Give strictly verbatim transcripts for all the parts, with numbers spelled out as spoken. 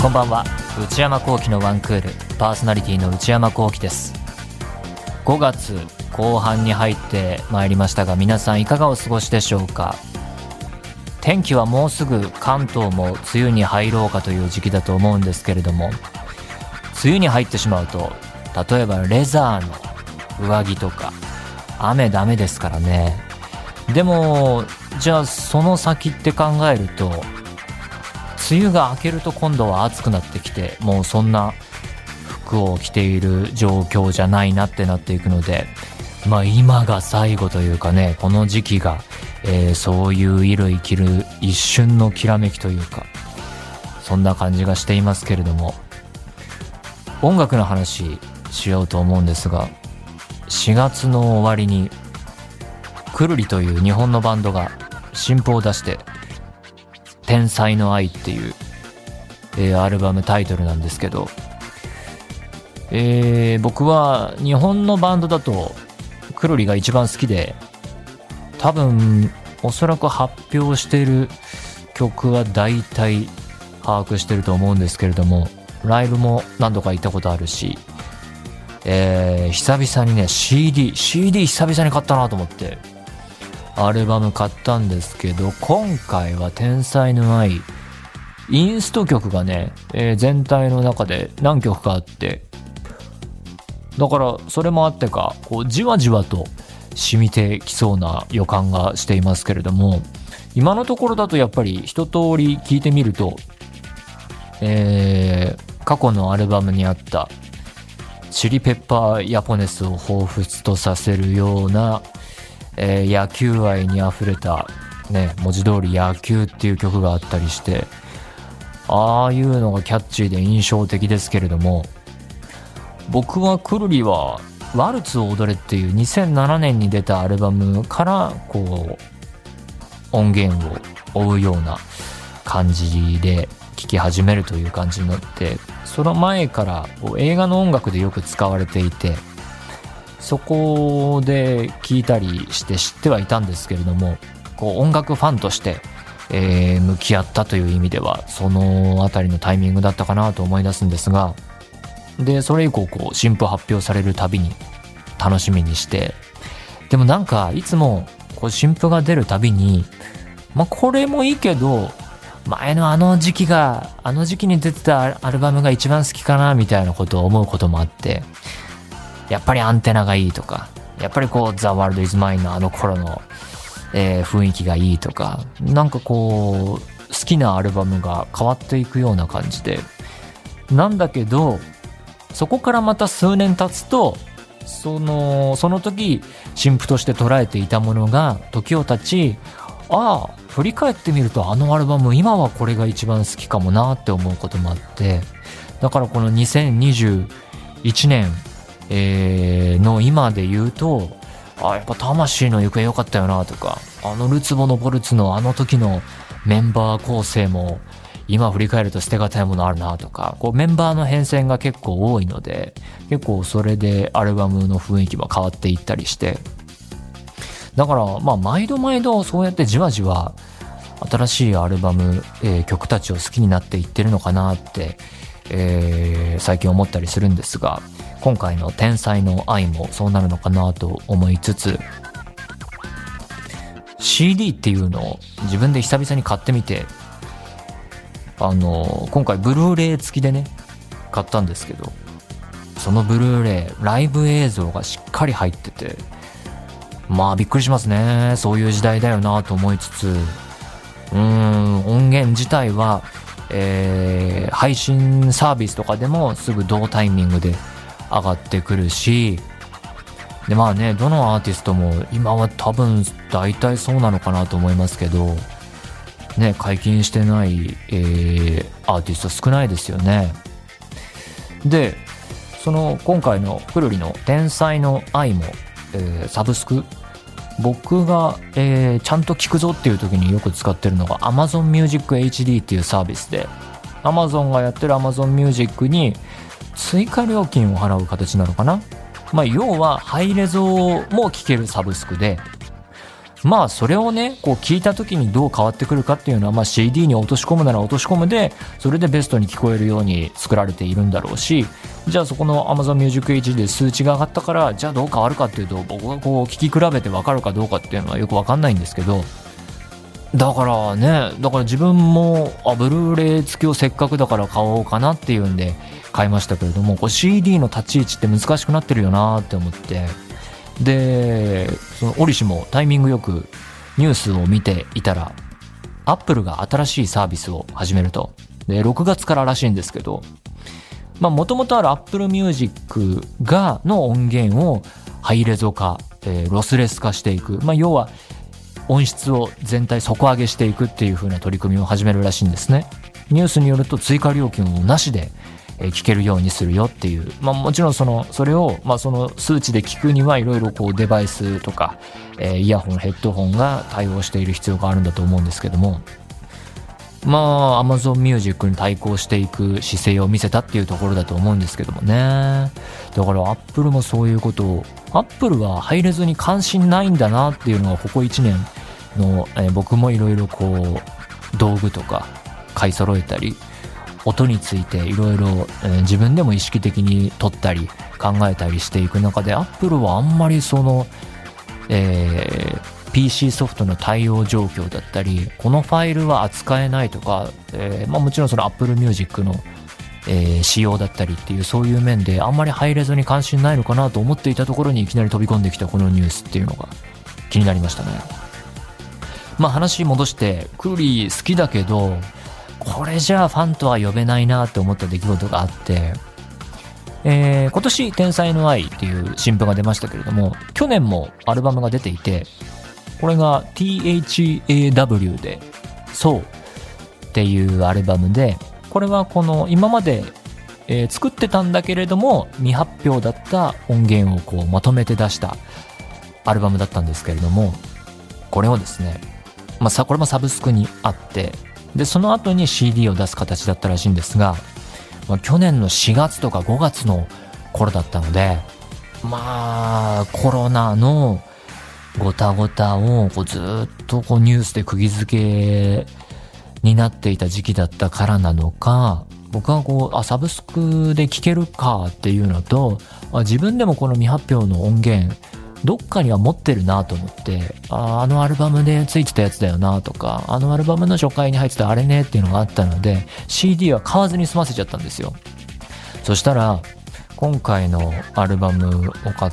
こんばんは。内山聖輝のワンクールパーソナリティの内山聖輝です。ごがつこう半に入ってまいりましたが、皆さんいかがお過ごしでしょうか。天気はもうすぐ関東も梅雨に入ろうかという時期だと思うんですけれども、梅雨に入ってしまうと例えばレザーの上着とか雨ダメですからね。でもじゃあその先って考えると、梅雨が明けると今度は暑くなってきて、もうそんな服を着ている状況じゃないなってなっていくので、まあ今が最後というかね、この時期が、えー、そういう衣類着る一瞬のきらめきというか、そんな感じがしていますけれども、音楽の話しようと思うんですが、しがつの終わりにくるりという日本のバンドが新譜を出して、天才の愛っていう、えー、アルバムタイトルなんですけど、えー、僕は日本のバンドだとくるりが一番好きで、多分おそらく発表している曲は大体把握してると思うんですけれども、ライブも何度か行ったことあるし、えー、久々にね シーディー シーディー 久々に買ったなと思ってアルバム買ったんですけど、今回は天才の愛インスト曲がね、えー、全体の中で何曲かあって、だからそれもあってかこうじわじわと染みてきそうな予感がしていますけれども、今のところだとやっぱり一通り聞いてみると、えー、過去のアルバムにあったチリペッパーヤポネスを彷彿とさせるような、えー、野球愛にあふれた、ね、文字通り野球っていう曲があったりして、ああいうのがキャッチーで印象的ですけれども、僕はくるりはワルツを踊れっていうにせんななねんに出たアルバムからこう音源を追うような感じで聴き始めるという感じになって、その前から映画の音楽でよく使われていて、そこで聴いたりして知ってはいたんですけれども、こう音楽ファンとして、えー、向き合ったという意味ではそのあたりのタイミングだったかなと思い出すんですが、でそれ以降こう新譜発表されるたびに楽しみにして、でもなんかいつもこう新譜が出るたびに、まあこれもいいけど前のあの時期があの時期に出てたアルバムが一番好きかなみたいなことを思うこともあって、やっぱりアンテナがいいとか、やっぱりこう The World Is Mine のあの頃の、えー、雰囲気がいいとか、なんかこう好きなアルバムが変わっていくような感じで、なんだけどそこからまた数年経つと、そのその時新譜として捉えていたものが時を経ち、ああ振り返ってみるとあのアルバム今はこれが一番好きかもなって思うこともあって、だからこのにせんにじゅういちねん、えー、の今で言うと、あやっぱ魂の行方良かったよなとか、あのルツボのボルツのあの時のメンバー構成も今振り返ると捨てがたいものあるなとか、こうメンバーの変遷が結構多いので、結構それでアルバムの雰囲気は変わっていったりして、だからまあ毎度毎度そうやってじわじわ新しいアルバム、えー、曲たちを好きになっていってるのかなって、えー、最近思ったりするんですが、今回の天才の愛もそうなるのかなと思いつつ、 シーディー っていうのを自分で久々に買ってみて、あの今回ブルーレイ付きでね買ったんですけど、そのブルーレイライブ映像がしっかり入ってて、まあびっくりしますね。そういう時代だよなと思いつつ、うーん音源自体は、えー、配信サービスとかでもすぐ同タイミングで上がってくるし、でまあね、どのアーティストも今は多分大体そうなのかなと思いますけどね、解禁してない、えー、アーティスト少ないですよね。でその今回のくるりの天才の愛も、えー、サブスク、僕が、えー、ちゃんと聞くぞっていう時によく使ってるのが Amazon Music エイチディー っていうサービスで、 Amazon がやってる Amazon Music に追加料金を払う形なのかな。まあ要はハイレゾも聞けるサブスクで、 まあそれをねこう聞いた時にどう変わってくるかっていうのは、まあ シーディー に落とし込むなら落とし込むで、それでベストに聞こえるように作られているんだろうし、じゃあそこの Amazon Music エイチディー で数値が上がったからじゃあどう変わるかっていうと、僕がこう聞き比べて分かるかどうかっていうのはよく分かんないんですけど、だからね、だから自分もあブルーレイ付きをせっかくだから買おうかなっていうんで買いましたけれども、こう シーディー の立ち位置って難しくなってるよなって思って、でその折しもタイミングよくニュースを見ていたら、アップルが新しいサービスを始めると。でろくがつかららしいんですけど、まあもともとある Apple Music がの音源をハイレゾ化、えー、ロスレス化していく、まあ要は音質を全体底上げしていくっていう風な取り組みを始めるらしいんですね。ニュースによると追加料金をなしで聞けるようにするよっていう、まあもちろんそのそれをまあその数値で聞くにはいろいろこうデバイスとか、えー、イヤホンヘッドホンが対応している必要があるんだと思うんですけども、まあ Amazon Music に対抗していく姿勢を見せたっていうところだと思うんですけどもね。だから Apple もそういうことを、Apple はハイレゾに関心ないんだなっていうのがここいちねんの、えー、僕もいろいろこう道具とか買い揃えたり、音についていろいろ自分でも意識的に取ったり考えたりしていく中で、 Apple はあんまりその、えー、ピーシー ソフトの対応状況だったり、このファイルは扱えないとか、えーまあ、もちろんその Apple Music の、えー、仕様だったりっていうそういう面であんまりハイレゾに関心ないのかなと思っていたところにいきなり飛び込んできたこのニュースっていうのが気になりましたね。まあ話戻して、クーリー好きだけどこれじゃあファンとは呼べないなって思った出来事があって、えー、今年天才の愛っていう新譜が出ましたけれども、去年もアルバムが出ていて、これが ティーエイチエーダブリュー でそうっていうアルバムで、これはこの今まで、えー、作ってたんだけれども未発表だった音源をこうまとめて出したアルバムだったんですけれども、これをですね、まあさこれもサブスクにあって、でその後に シーディー を出す形だったらしいんですが、まあ、去年のしがつとかごがつの頃だったので、まあコロナのごたごたをこうずっとこうニュースで釘付けになっていた時期だったからなのか、僕はこうあサブスクで聴けるかっていうのと、あ自分でもこの未発表の音源どっかには持ってるなと思って、ああのアルバムでついてたやつだよなとか、あのアルバムの初回に入ってたあれねっていうのがあったので シーディー は買わずに済ませちゃったんですよ。そしたら今回のアルバムを買って、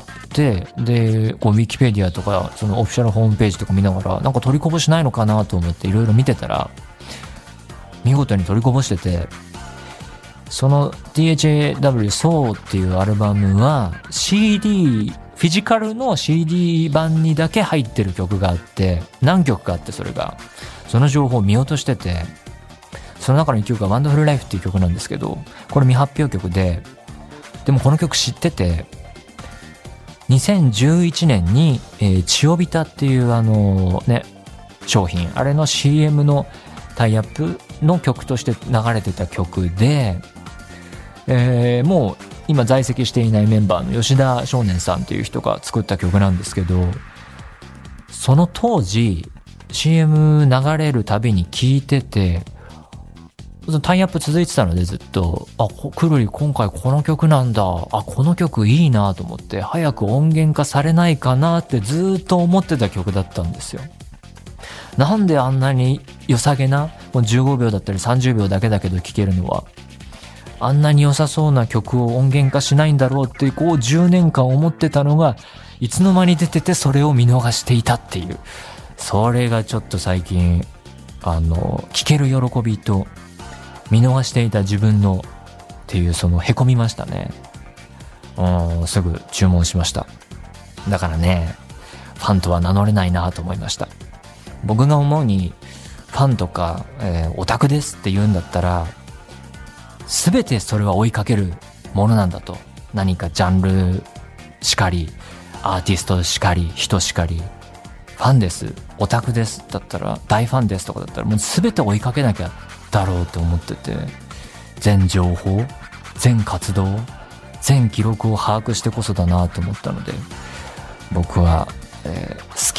でこうウィキペディアとかそのオフィシャルホームページとか見ながらなんか取りこぼしないのかなと思っていろいろ見てたら、見事に取りこぼしてて、その ティーエイチエーダブリュー そうっていうアルバムは シーディーフィジカルの シーディー 版にだけ入ってる曲があって、何曲かあって、それがその情報を見落としてて、その中のいっきょくがワンダフルライフっていう曲なんですけど、これ未発表曲で、でもこの曲知ってて、にせんじゅういちねんに、えー、チオビタっていうあのね商品、あれの シーエム のタイアップの曲として流れてた曲で、えー、もう今在籍していないメンバーの吉田少年さんっていう人が作った曲なんですけど、その当時 シーエム 流れるたびに聴いてて、タイアップ続いてたのでずっと、あ、くるり今回この曲なんだ、あ、この曲いいなと思って、早く音源化されないかなってずっと思ってた曲だったんですよ。なんであんなに良さげな、じゅうごびょうだったりさんじゅうびょうだけだけど聴けるのは、あんなに良さそうな曲を音源化しないんだろうってこうじゅうねんかん思ってたのが、いつの間に出ててそれを見逃していたっていう、それがちょっと最近あの聴ける喜びと見逃していた自分のっていう、そのへこみましたね。うん、すぐ注文しました。だからね、ファンとは名乗れないなと思いました。僕が思うにファンとか、えー、オタクですって言うんだったら、すべてそれは追いかけるものなんだと。何かジャンルしかり、アーティストしかり、人しかり、ファンです、オタクですだったら、大ファンですとかだったら、もうすべて追いかけなきゃだろうと思ってて、全情報、全活動、全記録を把握してこそだなと思ったので、僕は、えー、好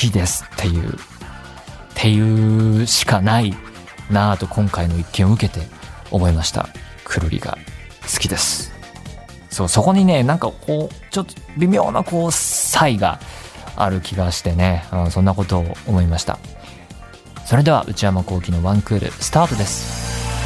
きですっていう、っていうしかないなぁと今回の一件を受けて思いました。くるりが好きです。そう、そこにね、なんかこう、ちょっと微妙なこう、差異がある気がしてね、うん、そんなことを思いました。それでは内山聖輝のワンクールスタートです。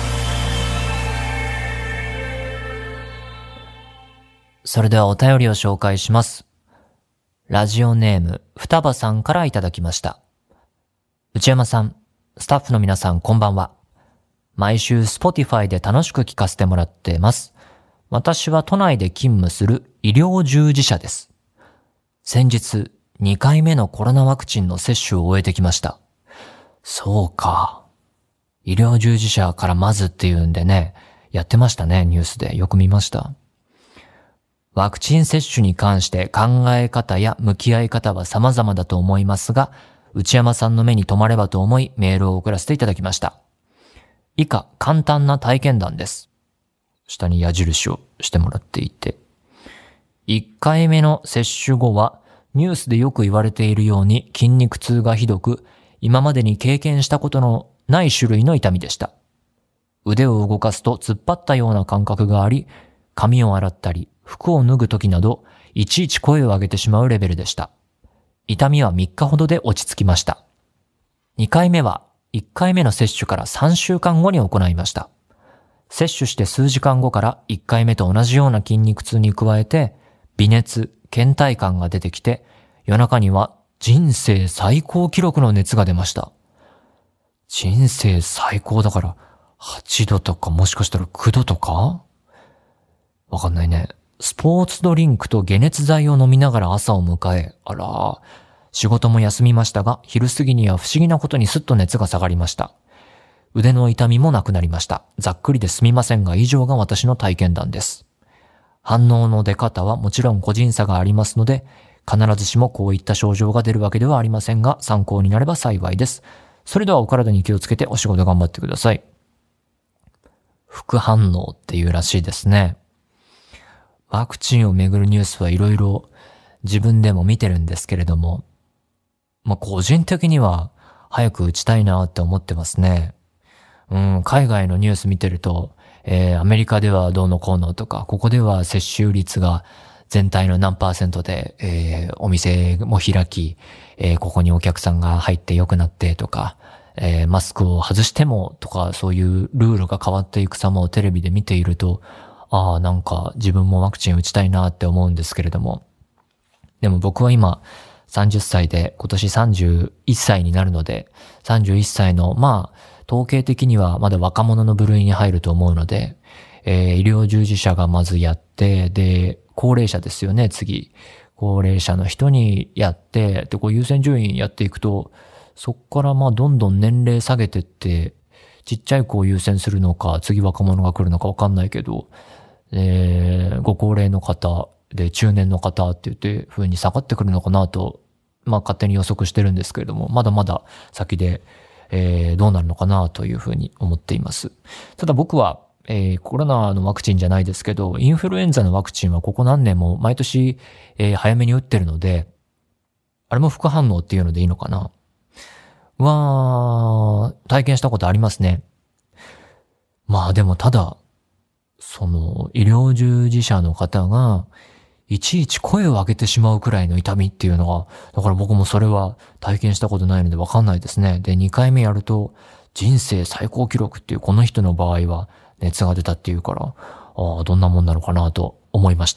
それではお便りを紹介します。ラジオネーム双葉さんからいただきました。内山さん、スタッフの皆さんこんばんは。毎週 Spotify で楽しく聞かせてもらっています。私は都内で勤務する医療従事者です。先日にかいめのコロナワクチンの接種を終えてきました。そうか。医療従事者からまずっていうんでね、やってましたね、ニュースでよく見ました。ワクチン接種に関して考え方や向き合い方は様々だと思いますが、内山さんの目に留まればと思いメールを送らせていただきました。以下、簡単な体験談です。下に矢印をしてもらっていて。いっかいめの接種後は、ニュースでよく言われているように筋肉痛がひどく、今までに経験したことのない種類の痛みでした。腕を動かすと突っ張ったような感覚があり、髪を洗ったり、服を脱ぐときなど、いちいち声を上げてしまうレベルでした。痛みはみっかほどで落ち着きました。にかいめはいっかいめの接種からさんしゅうかんごに行いました。接種して数時間後からいっかいめと同じような筋肉痛に加えて、微熱、倦怠感が出てきて、夜中には人生最高記録の熱が出ました。人生最高だからはちどとかもしかしたらきゅうどとか？わかんないね。スポーツドリンクと解熱剤を飲みながら朝を迎え、あら、仕事も休みましたが、昼過ぎには不思議なことにすっと熱が下がりました。腕の痛みもなくなりました。ざっくりですみませんが、以上が私の体験談です。反応の出方はもちろん個人差がありますので、必ずしもこういった症状が出るわけではありませんが、参考になれば幸いです。それではお体に気をつけてお仕事頑張ってください。副反応っていうらしいですね。ワクチンをめぐるニュースはいろいろ自分でも見てるんですけれども、まあ、個人的には早く打ちたいなって思ってますね。うん、海外のニュース見てると、えー、アメリカではどうのこうのとか、ここでは接種率が全体の何パーセントで、えー、お店も開き、えー、ここにお客さんが入って良くなってとか、えー、マスクを外してもとか、そういうルールが変わっていく様をテレビで見ていると、ああ、なんか自分もワクチン打ちたいなって思うんですけれども。でも僕は今さんじゅっさいで今年さんじゅういっさいになるので、さんじゅういっさいのまあ統計的にはまだ若者の部類に入ると思うので、えー、医療従事者がまずやって、で、高齢者ですよね、次。高齢者の人にやって、で、こう優先順位やっていくと、そっからまあどんどん年齢下げてって、ちっちゃい子を優先するのか、次若者が来るのかわかんないけど、えー、ご高齢の方で中年の方って言って風に下がってくるのかなと、まあ勝手に予測してるんですけれども、まだまだ先で、えー、どうなるのかなというふうに思っています。ただ僕は、えー、コロナのワクチンじゃないですけど、インフルエンザのワクチンはここ何年も毎年、えー、早めに打ってるので、あれも副反応っていうのでいいのかな。わー、体験したことありますね。まあでもただ、その医療従事者の方がいちいち声を上げてしまうくらいの痛みっていうのが、だから僕もそれは体験したことないのでわかんないですね。で、にかいめやると人生最高記録っていうこの人の場合は熱が出たっていうから、ああ、どんなもんなのかなと思いました。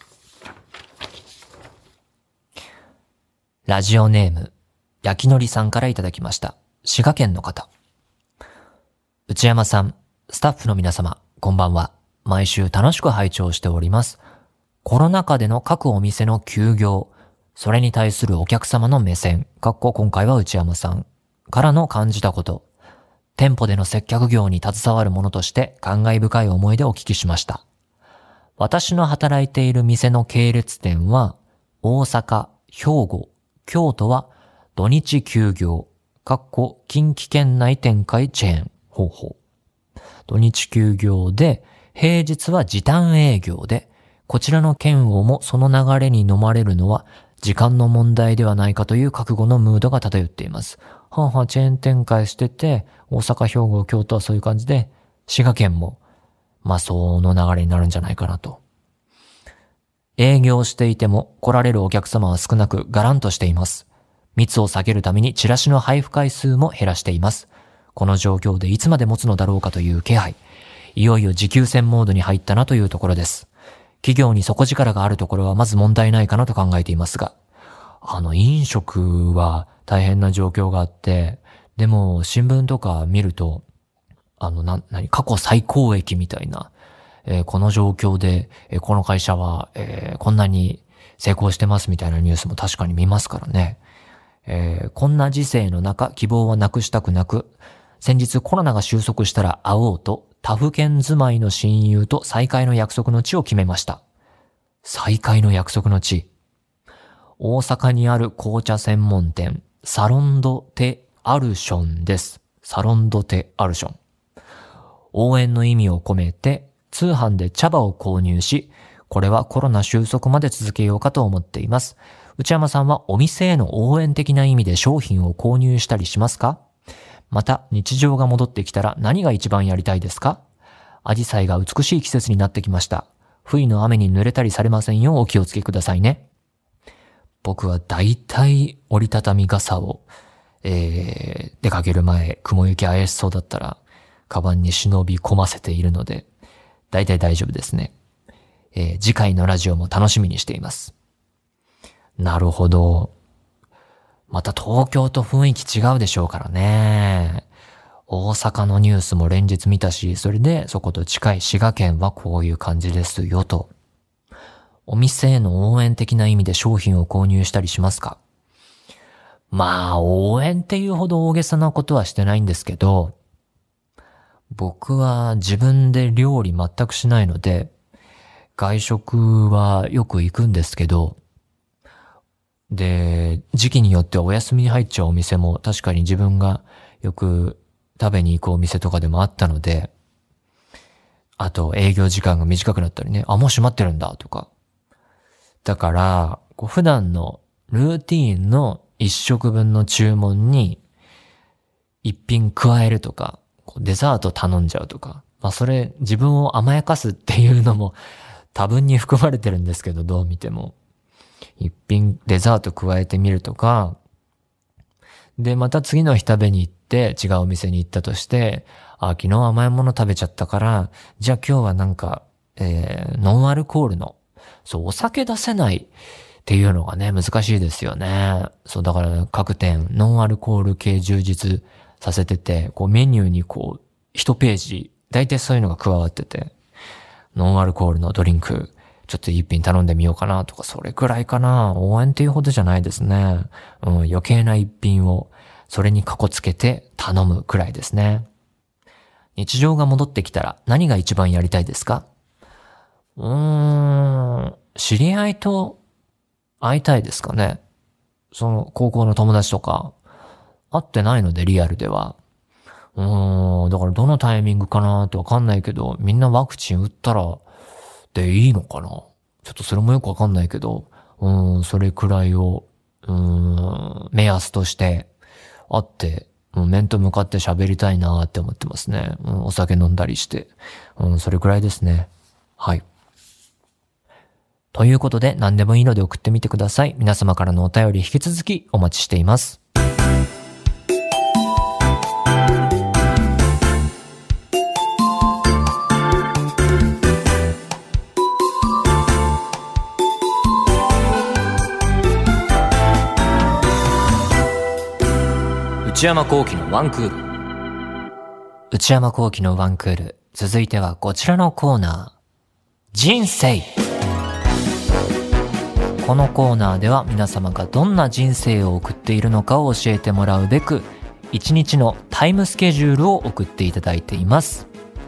ラジオネーム、焼きのりさんからいただきました。滋賀県の方。内山さん、スタッフの皆様、こんばんは。毎週楽しく拝聴しております。コロナ禍での各お店の休業、それに対するお客様の目線、かっこ今回は内山さんからの感じたこと、店舗での接客業に携わる者として感慨深い思いでお聞きしました。私の働いている店の系列店は、大阪、兵庫、京都は土日休業、かっこ近畿圏内展開チェーン方法。土日休業で、平日は時短営業で、こちらの県をもその流れに飲まれるのは時間の問題ではないかという覚悟のムードが漂っています。はあはあ、チェーン展開してて、大阪、兵庫、京都はそういう感じで、滋賀県も、まあその流れになるんじゃないかなと。営業していても来られるお客様は少なくガランとしています。密を避けるためにチラシの配布回数も減らしています。この状況でいつまで持つのだろうかという気配。いよいよ持久戦モードに入ったなというところです。企業に底力があるところはまず問題ないかなと考えていますが、あの飲食は大変な状況があって、でも新聞とか見ると、あのな、なに、過去最高益みたいな、えー、この状況で、えー、この会社は、えー、こんなに成功してますみたいなニュースも確かに見ますからね。えー、こんな時世の中、希望はなくしたくなく、先日コロナが収束したら会おうと、他府県住まいの親友と再会の約束の地を決めました。再会の約束の地。大阪にある紅茶専門店、サロンド・テ・アルションです。サロンド・テ・アルション。応援の意味を込めて、通販で茶葉を購入し、これはコロナ収束まで続けようかと思っています。内山さんはお店への応援的な意味で商品を購入したりしますか？また、日常が戻ってきたら何が一番やりたいですか？アジサイが美しい季節になってきました。不意の雨に濡れたりされませんようお気をつけくださいね。僕はだいたい折りたたみ傘を、えー、出かける前、雲行き怪しそうだったら、カバンに忍び込ませているので、だいたい大丈夫ですね。えー、次回のラジオも楽しみにしています。なるほど。また東京と雰囲気違うでしょうからね。大阪のニュースも連日見たし、それでそこと近い滋賀県はこういう感じですよと。お店への応援的な意味で商品を購入したりしますか？まあ、応援っていうほど大げさなことはしてないんですけど、僕は自分で料理全くしないので、外食はよく行くんですけど、で、時期によってはお休みに入っちゃうお店も確かに自分がよく食べに行くお店とかでもあったので、あと営業時間が短くなったりね、あ、もう閉まってるんだとか。だから、こう普段のルーティーンの一食分の注文に一品加えるとか、デザート頼んじゃうとか、まあそれ自分を甘やかすっていうのも多分に含まれてるんですけど、どう見ても。一品デザート加えてみるとか、で、また次の日食べに行って違うお店に行ったとして、あ、昨日甘いもの食べちゃったから、じゃあ今日はなんか、えー、ノンアルコールの、そう、お酒出せないっていうのがね、難しいですよね。そう、だから各店、ノンアルコール系充実させてて、こうメニューにこう、一ページ、大体そういうのが加わってて、ノンアルコールのドリンク、ちょっと一品頼んでみようかなとか、それくらいかな。応援っていうほどじゃないですね。うん、余計な一品を、それにかこつけて頼むくらいですね。日常が戻ってきたら何が一番やりたいですか？うーん、知り合いと会いたいですかね。その高校の友達とか、会ってないのでリアルでは。うーん、だからどのタイミングかなってわかんないけど、みんなワクチン打ったら、でいいのかな？ちょっとそれもよくわかんないけど、うーん、それくらいを、うーん、目安として会って、うん、面と向かって喋りたいなーって思ってますね。うん、お酒飲んだりして、うん、それくらいですね。はい。ということで、何でもいいので送ってみてください。皆様からのお便り引き続きお待ちしています。内山幸輝のワンクール。内山幸輝のワンクール。続いてはこちらのコーナー。人生。このコーナーでは皆様がどんな人生を送っているのかを教えてもらうべく、一日のタイムスケジュールを送っていただいています。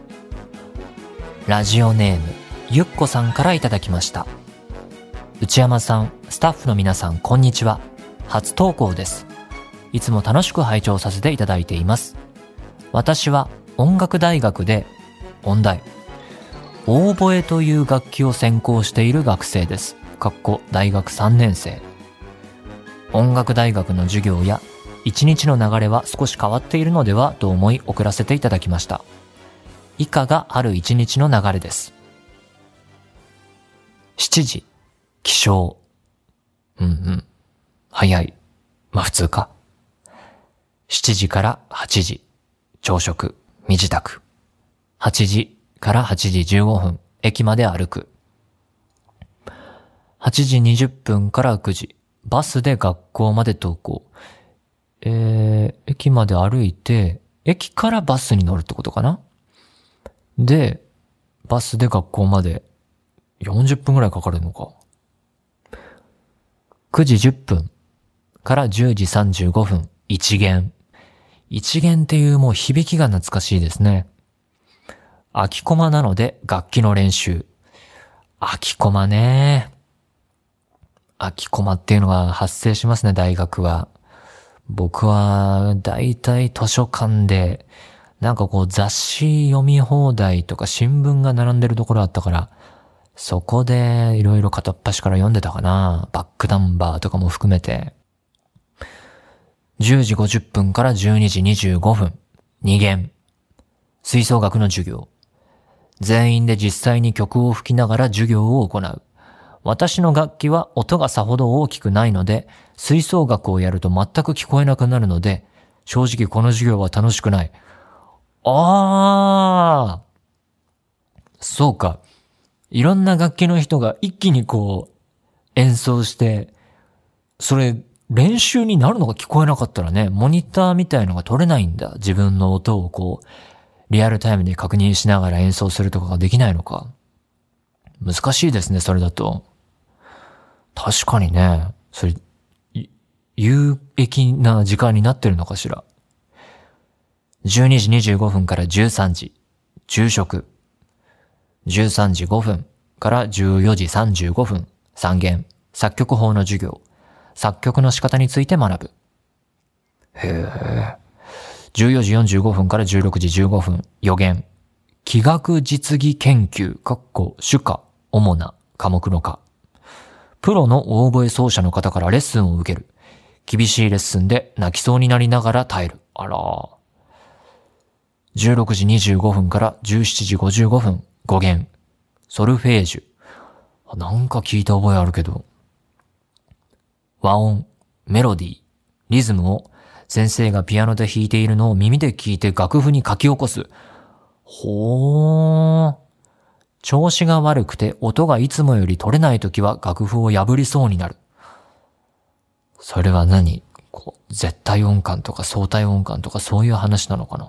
ラジオネーム、ゆっこさんからいただきました。内山さん、スタッフの皆さん、こんにちは。初投稿です。いつも楽しく拝聴させていただいています。私は音楽大学で音大、オーボエという楽器を専攻している学生です。かっこ大学さんねん生。 音楽大学の授業や一日の流れは少し変わっているのではと思い送らせていただきました。以下がある一日の流れです。しちじ、起床。うんうん。早い。まあ普通か。しちじからはちじ、朝食、身支度。はちじからはちじじゅうごふん、駅まで歩く。はちじにじゅっぷんからくじ、バスで学校まで登校。えー、駅まで歩いて、駅からバスに乗るってことかな？で、バスで学校までよんじゅっぷんくらいかかるのか。くじじゅっぷんからじゅうじさんじゅうごふん、一限。一限っていうもう響きが懐かしいですね。空きコマなので楽器の練習。空きコマね。空きコマっていうのが発生しますね、大学は。僕はだいたい図書館でなんかこう雑誌読み放題とか新聞が並んでるところあったから、そこでいろいろ片っ端から読んでたかな。バックナンバーとかも含めて。じゅうじごじゅっぷんからじゅうにじにじゅうごふん、に限。吹奏楽の授業。全員で実際に曲を吹きながら授業を行う。私の楽器は音がさほど大きくないので、吹奏楽をやると全く聞こえなくなるので、正直この授業は楽しくない。あー、そうか。いろんな楽器の人が一気にこう演奏して、それ練習になるのが聞こえなかったらね、モニターみたいのが取れないんだ。自分の音をこう、リアルタイムで確認しながら演奏するとかができないのか。難しいですね、それだと。確かにね、それ、有益な時間になってるのかしら。じゅうにじにじゅうごふんからじゅうさんじ、昼食。じゅうさんじごふんからじゅうよじさんじゅうごふん、さん限、作曲法の授業。作曲の仕方について学ぶ。へえ。じゅうよじよんじゅうごふんからじゅうろくじじゅうごふん、よ限。器楽実技研究、かっこ主科、主な科目の科。プロのオーボエ奏者の方からレッスンを受ける。厳しいレッスンで泣きそうになりながら耐える。あらー。じゅうろくじにじゅうごふんからじゅうしちじごじゅうごふん、ご限。ソルフェージュ。なんか聞いた覚えあるけど。和音、メロディー、リズムを先生がピアノで弾いているのを耳で聞いて楽譜に書き起こす。ほー。調子が悪くて音がいつもより取れないときは楽譜を破りそうになる。それは何？こう絶対音感とか相対音感とかそういう話なのかな？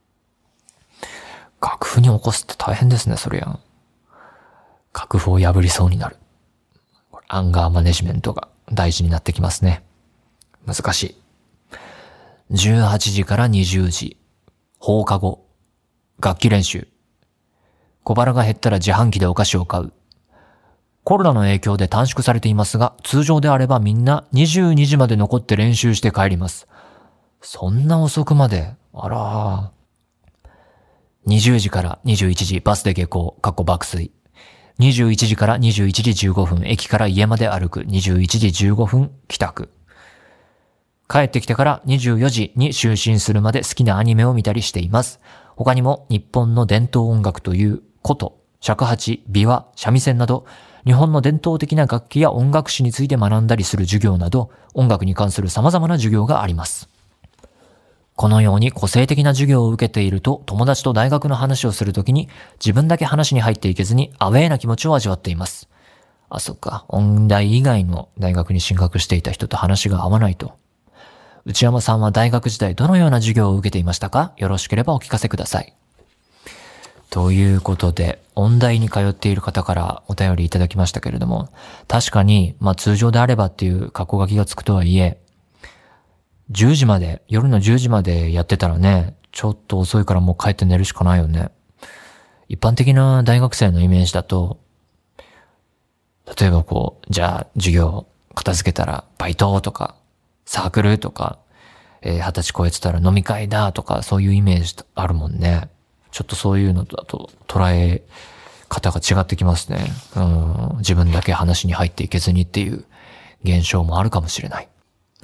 楽譜に起こすって大変ですね、そりゃ。楽譜を破りそうになる。アンガーマネジメントが大事になってきますね。難しい。じゅうはちじからにじゅうじ、放課後、楽器練習。小腹が減ったら自販機でお菓子を買う。コロナの影響で短縮されていますが、通常であればみんなにじゅうにじまで残って練習して帰ります。そんな遅くまで、あらー。にじゅうじからにじゅういちじバスで下校、かっこ爆睡。にじゅういちじからにじゅういちじじゅうごふん、駅から家まで歩く。にじゅういちじじゅうごふん、帰宅。帰ってきてからにじゅうよじに就寝するまで好きなアニメを見たりしています。他にも日本の伝統音楽という琴、尺八、琵琶、三味線など、日本の伝統的な楽器や音楽史について学んだりする授業など、音楽に関する様々な授業があります。このように個性的な授業を受けていると、友達と大学の話をするときに自分だけ話に入っていけずにアウェーな気持ちを味わっています。あ、そっか。音大以外の大学に進学していた人と話が合わないと。内山さんは大学時代どのような授業を受けていましたか？よろしければお聞かせください。ということで、音大に通っている方からお便りいただきましたけれども、確かに、まあ通常であればっていう過去書きがつくとはいえ、じゅうじまで、夜のじゅうじまでやってたらね、ちょっと遅いからもう帰って寝るしかないよね。一般的な大学生のイメージだと、例えばこう、じゃあ授業片付けたらバイトとか、サークルとか、えー、二十歳超えてたら飲み会だとか、そういうイメージあるもんね。ちょっとそういうのだと捉え方が違ってきますね。うん、自分だけ話に入っていけずにっていう現象もあるかもしれない。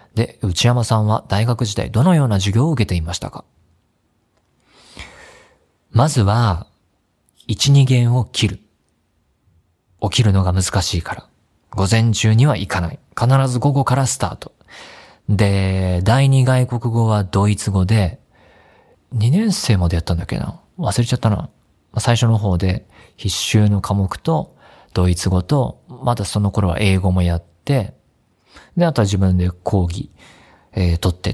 で、内山さんは大学時代どのような授業を受けていましたか？まずは、いち、に限を切る。起きるのが難しいから。午前中には行かない。必ず午後からスタート。で、第二外国語はドイツ語で、にねん生までやったんだっけな。忘れちゃったな。最初の方で必修の科目とドイツ語と、まだその頃は英語もやって、で、あとは自分で講義、えー、取ってって、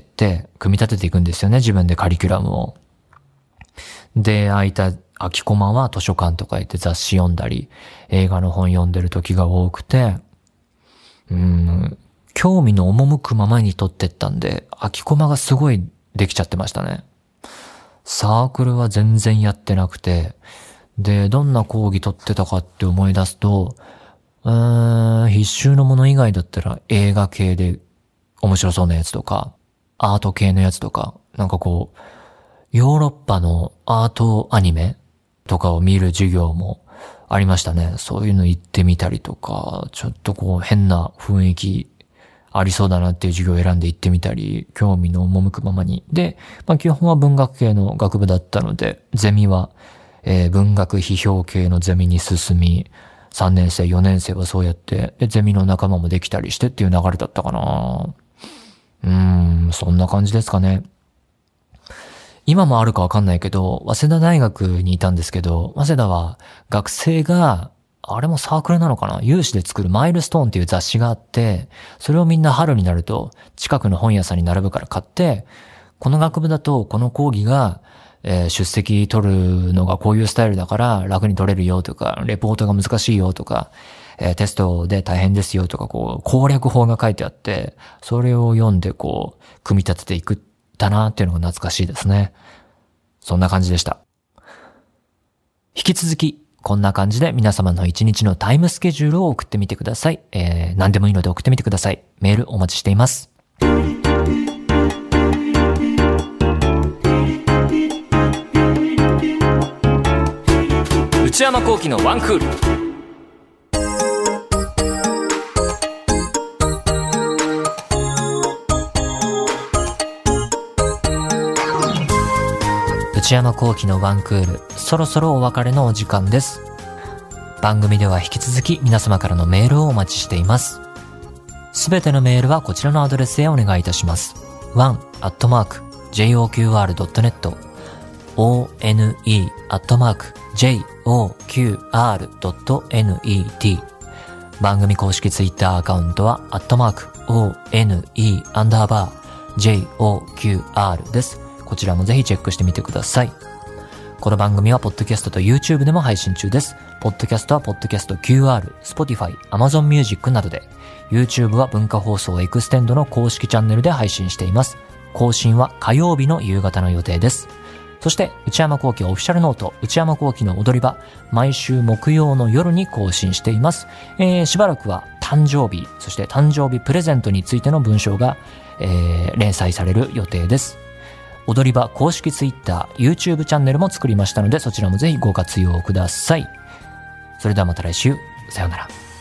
組み立てていくんですよね。自分でカリキュラムを。で、空いた空きコマは図書館とか行って雑誌読んだり、映画の本読んでる時が多くて、うーん、興味の赴くままに取ってったんで、空きコマがすごいできちゃってましたね。サークルは全然やってなくて、で、どんな講義取ってたかって思い出すと、うーん、必修のもの以外だったら映画系で面白そうなやつとか、アート系のやつとか、なんかこう、ヨーロッパのアートアニメとかを見る授業もありましたね。そういうの行ってみたりとか、ちょっとこう変な雰囲気ありそうだなっていう授業を選んで行ってみたり、興味の赴くままに。で、まあ基本は文学系の学部だったので、ゼミは、えー、文学批評系のゼミに進み、さんねん生、よねん生はそうやって、で、ゼミの仲間もできたりしてっていう流れだったかな。うーん、そんな感じですかね。今もあるかわかんないけど、早稲田大学にいたんですけど、早稲田は学生が、あれもサークルなのかな？有志で作るマイルストーンっていう雑誌があって、それをみんな春になると近くの本屋さんに並ぶから買って、この学部だとこの講義が、えー、出席取るのがこういうスタイルだから楽に取れるよとか、レポートが難しいよとか、えー、テストで大変ですよとか、こう攻略法が書いてあって、それを読んでこう組み立てていくだなっていうのが懐かしいですね。そんな感じでした。引き続きこんな感じで皆様の一日のタイムスケジュールを送ってみてください。えー、何でもいいので送ってみてください。メールお待ちしています。内山聖輝のワンクール。内山聖輝のワンクール、そろそろお別れのお時間です。番組では引き続き皆様からのメールをお待ちしています。すべてのメールはこちらのアドレスへお願いいたします。ワン アットマーク ジェイオーキューアール ドットネット オーエヌイー アットマーク ジェイオーキューアール ドットネット 番組公式ツイッターアカウントはアットマーク オーエヌイー アンダーバー ジェイオーキューアール です。こちらもぜひチェックしてみてください。この番組はポッドキャストと YouTube でも配信中です。ポッドキャストはポッドキャスト キューアール、Spotify、Amazon Music などで、YouTube は文化放送エクステンドの公式チャンネルで配信しています。更新は火曜日の夕方の予定です。そして内山聖輝オフィシャルノート、内山聖輝の踊り場、毎週木曜の夜に更新しています。えー、しばらくは誕生日、そして誕生日プレゼントについての文章が、えー、連載される予定です。踊り場公式ツイッター、YouTube チャンネルも作りましたので、そちらもぜひご活用ください。それではまた来週、さようなら。